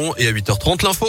Barallon et à 8h30 l'info.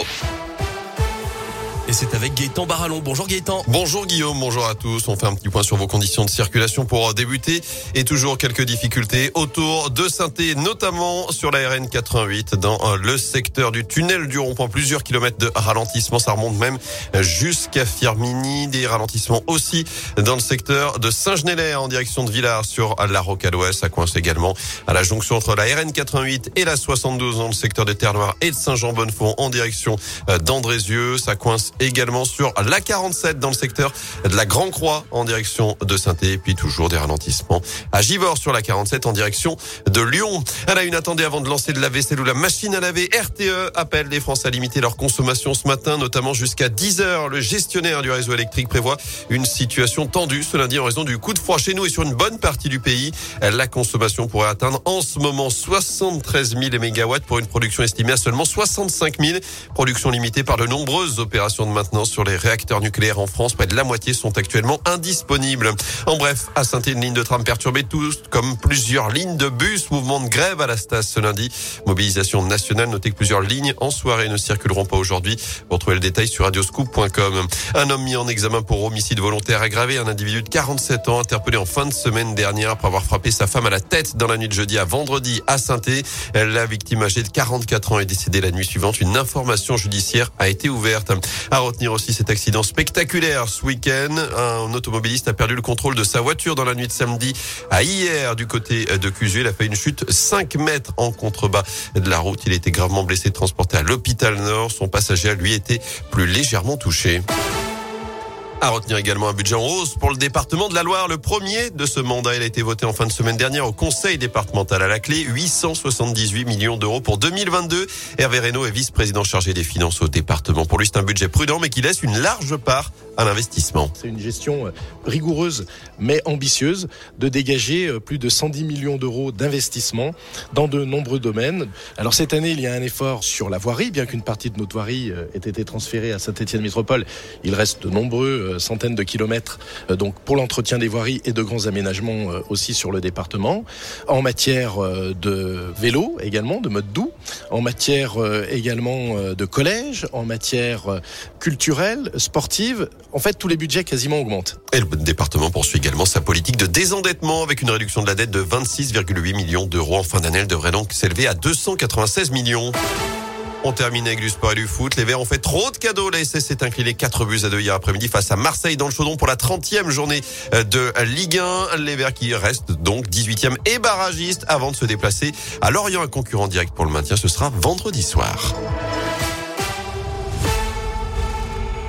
Et c'est avec Gaëtan Barallon. Bonjour Gaëtan. Bonjour Guillaume, bonjour à tous. On fait un petit point sur vos conditions de circulation pour débuter. Et toujours quelques difficultés autour de Saint-Étienne, notamment sur la RN 88 dans le secteur du tunnel du rond-point. Plusieurs kilomètres de ralentissement, ça remonte même jusqu'à Firminy. Des ralentissements aussi dans le secteur de Saint-Genélaire en direction de Villars sur la Rocade. Ça coince également à la jonction entre la RN 88 et la 72 dans le secteur de Terre-Noire et de Saint-Jean-Bonnefond en direction d'Andrézieux. Ça coince également sur la 47 dans le secteur de la Grand-Croix en direction de Saint-Étienne. Et puis toujours des ralentissements à Givors sur la 47 en direction de Lyon. À la une, attendez avant de lancer le lave-vaisselle ou la machine à laver. RTE appelle les Français à limiter leur consommation ce matin, notamment jusqu'à 10h. Le gestionnaire du réseau électrique prévoit une situation tendue ce lundi en raison du coup de froid chez nous et sur une bonne partie du pays. La consommation pourrait atteindre en ce moment 73 000 mégawatts pour une production estimée à seulement 65 000. Production limitée par de nombreuses opérations de maintenance sur les réacteurs nucléaires en France. Près de la moitié sont actuellement indisponibles. En bref, à Saint-Étienne, une ligne de tram perturbée, tout comme plusieurs lignes de bus. Mouvement de grève à la Stas ce lundi. Mobilisation nationale. Notez que plusieurs lignes en soirée ne circuleront pas aujourd'hui. Vous retrouvez le détail sur radioscoop.com. Un homme mis en examen pour homicide volontaire aggravé. Un individu de 47 ans interpellé en fin de semaine dernière après avoir frappé sa femme à la tête dans la nuit de jeudi à vendredi à Saint-Étienne. La victime âgée de 44 ans est décédée la nuit suivante. Une information judiciaire a été ouverte. À retenir aussi cet accident spectaculaire ce week-end. Un automobiliste a perdu le contrôle de sa voiture dans la nuit de samedi à hier du côté de Cusue. Il a fait une chute 5 mètres en contrebas de la route. Il a été gravement blessé, transporté à l'hôpital Nord. Son passager, lui, était plus légèrement touché. À retenir également un budget en hausse pour le département de la Loire. Le premier de ce mandat, il a été voté en fin de semaine dernière au conseil départemental. À la clé, 878 millions d'euros pour 2022. Hervé Reynaud est vice-président chargé des finances au département. Pour lui, c'est un budget prudent, mais qui laisse une large part à l'investissement. C'est une gestion rigoureuse, mais ambitieuse, de dégager plus de 110 millions d'euros d'investissement dans de nombreux domaines. Alors cette année, il y a un effort sur la voirie, bien qu'une partie de notre voirie ait été transférée à Saint-Étienne Métropole. Il reste de nombreux centaines de kilomètres donc pour l'entretien des voiries et de grands aménagements aussi sur le département. En matière de vélo également, de mode doux, en matière également de collège, en matière culturelle, sportive. En fait, tous les budgets quasiment augmentent. Et le département poursuit également sa politique de désendettement avec une réduction de la dette de 26,8 millions d'euros. En fin d'année, elle devrait donc s'élever à 296 millions. On termine avec du sport et du foot. Les Verts ont fait trop de cadeaux. La SS s'est incliné 4-2 hier après-midi face à Marseille dans le Chaudron pour la 30e journée de Ligue 1. Les Verts qui restent donc 18e et barragistes avant de se déplacer à Lorient, un concurrent direct pour le maintien. Ce sera vendredi soir.